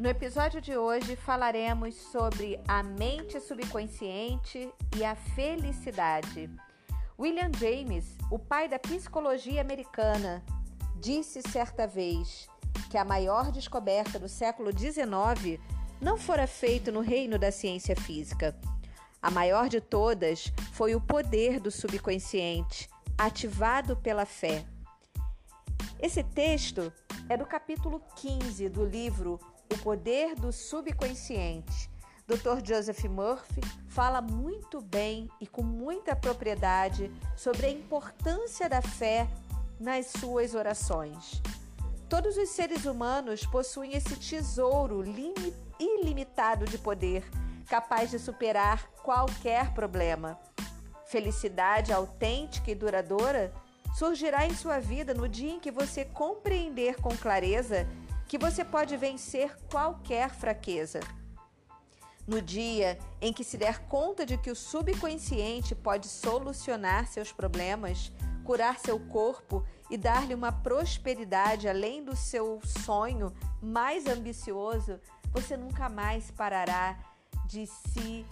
No episódio de hoje falaremos sobre a mente subconsciente e a felicidade. William James, o pai da psicologia americana, disse certa vez que a maior descoberta do século XIX não fora feita no reino da ciência física. A maior de todas foi o poder do subconsciente, ativado pela fé. Esse texto é do capítulo 15 do livro O Poder do Subconsciente. Dr. Joseph Murphy fala muito bem e com muita propriedade sobre a importância da fé nas suas orações. Todos os seres humanos possuem esse tesouro ilimitado de poder, capaz de superar qualquer problema. Felicidade autêntica e duradoura surgirá em sua vida no dia em que você compreender com clareza que você pode vencer qualquer fraqueza. No dia em que se der conta de que o subconsciente pode solucionar seus problemas, curar seu corpo e dar-lhe uma prosperidade além do seu sonho mais ambicioso, você nunca mais parará de se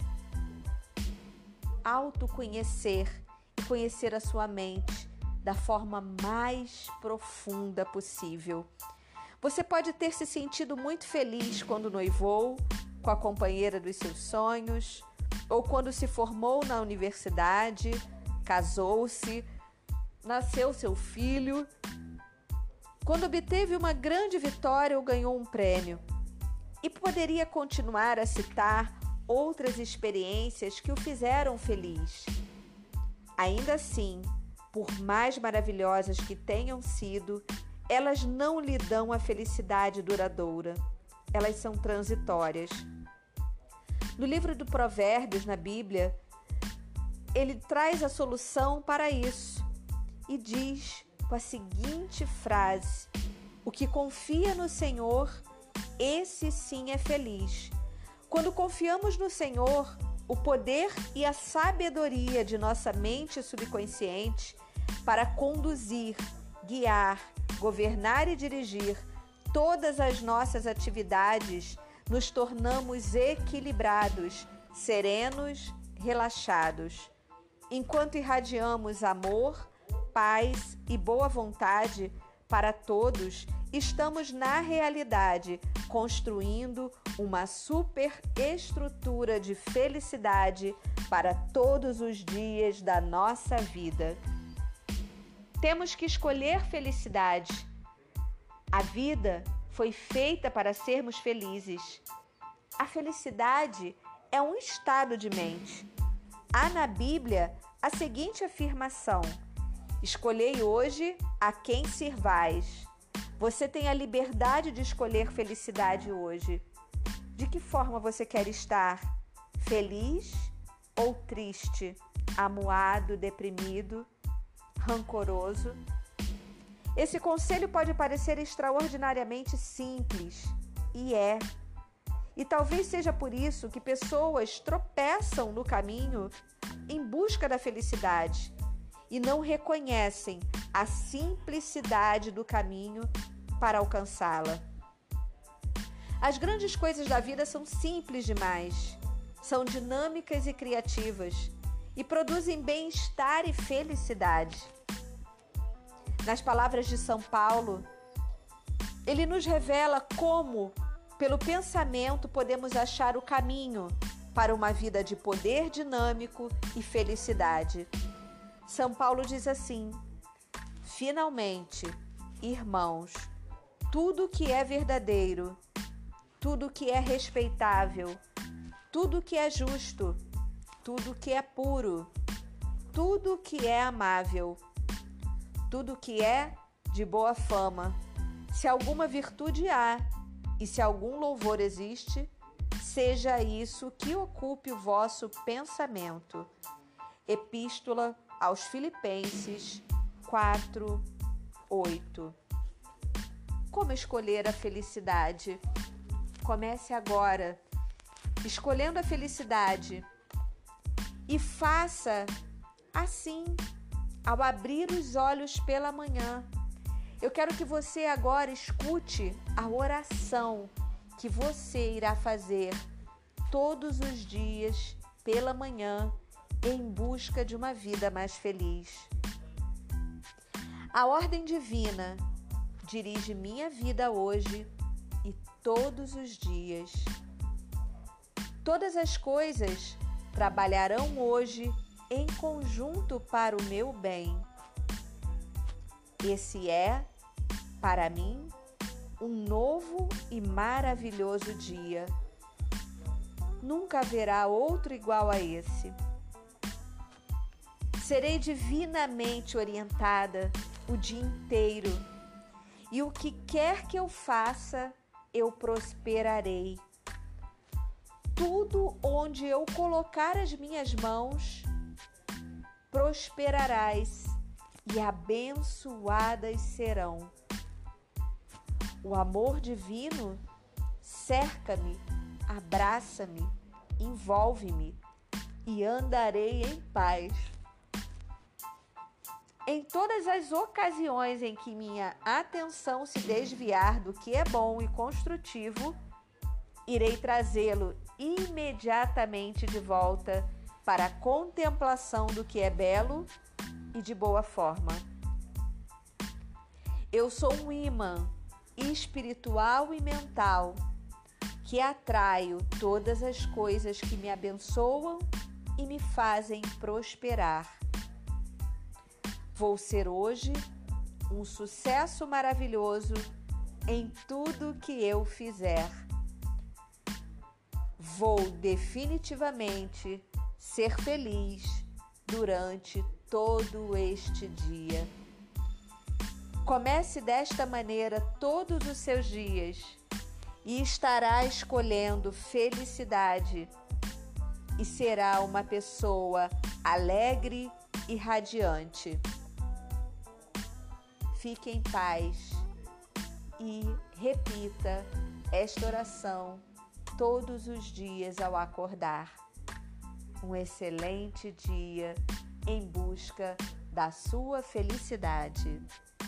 autoconhecer e conhecer a sua mente da forma mais profunda possível. Você pode ter se sentido muito feliz quando noivou com a companheira dos seus sonhos, ou quando se formou na universidade, casou-se, nasceu seu filho, quando obteve uma grande vitória ou ganhou um prêmio. E poderia continuar a citar outras experiências que o fizeram feliz. Ainda assim, por mais maravilhosas que tenham sido, elas não lhe dão a felicidade duradoura. Elas são transitórias. No livro do Provérbios, na Bíblia, ele traz a solução para isso e diz com a seguinte frase: o que confia no Senhor, esse sim é feliz. Quando confiamos no Senhor, o poder e a sabedoria de nossa mente subconsciente para conduzir, guiar, governar e dirigir todas as nossas atividades, nos tornamos equilibrados, serenos, relaxados. Enquanto irradiamos amor, paz e boa vontade para todos, estamos na realidade construindo uma superestrutura de felicidade para todos os dias da nossa vida. Temos que escolher felicidade. A vida foi feita para sermos felizes. A felicidade é um estado de mente. Há na Bíblia a seguinte afirmação: escolhei hoje a quem sirvais. Você tem a liberdade de escolher felicidade hoje. De que forma você quer estar? Feliz ou triste? Amuado, deprimido, rancoroso? Esse conselho pode parecer extraordinariamente simples, e é. E talvez seja por isso que pessoas tropeçam no caminho em busca da felicidade e não reconhecem a simplicidade do caminho para alcançá-la. As grandes coisas da vida são simples demais, são dinâmicas e criativas e produzem bem-estar e felicidade. Nas palavras de São Paulo, ele nos revela como, pelo pensamento, podemos achar o caminho para uma vida de poder dinâmico e felicidade. São Paulo diz assim: finalmente, irmãos, tudo que é verdadeiro, tudo que é respeitável, tudo que é justo, tudo que é puro, tudo que é amável, tudo que é de boa fama, se alguma virtude há e se algum louvor existe, seja isso que ocupe o vosso pensamento. Epístola aos Filipenses 4:8. Como escolher a felicidade? Comece agora, escolhendo a felicidade, e faça assim, ao abrir os olhos pela manhã. Eu quero que você agora escute a oração que você irá fazer todos os dias pela manhã em busca de uma vida mais feliz. A ordem divina dirige minha vida hoje e todos os dias. Todas as coisas trabalharão hoje em conjunto para o meu bem. Esse é, para mim, um novo e maravilhoso dia. Nunca haverá outro igual a esse. Serei divinamente orientada o dia inteiro, e o que quer que eu faça, eu prosperarei. Tudo onde eu colocar as minhas mãos, prosperarás e abençoadas serão. O amor divino cerca-me, abraça-me, envolve-me e andarei em paz. Em todas as ocasiões em que minha atenção se desviar do que é bom e construtivo, irei trazê-lo imediatamente de volta para a contemplação do que é belo e de boa forma. Eu sou um imã espiritual e mental que atraio todas as coisas que me abençoam e me fazem prosperar. Vou ser hoje um sucesso maravilhoso em tudo que eu fizer. Vou definitivamente ser feliz durante todo este dia. Comece desta maneira todos os seus dias e estará escolhendo felicidade e será uma pessoa alegre e radiante. Fique em paz e repita esta oração todos os dias ao acordar. Um excelente dia em busca da sua felicidade.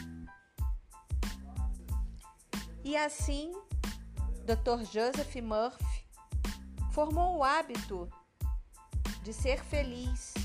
E assim, Dr. Joseph Murphy formou o hábito de ser feliz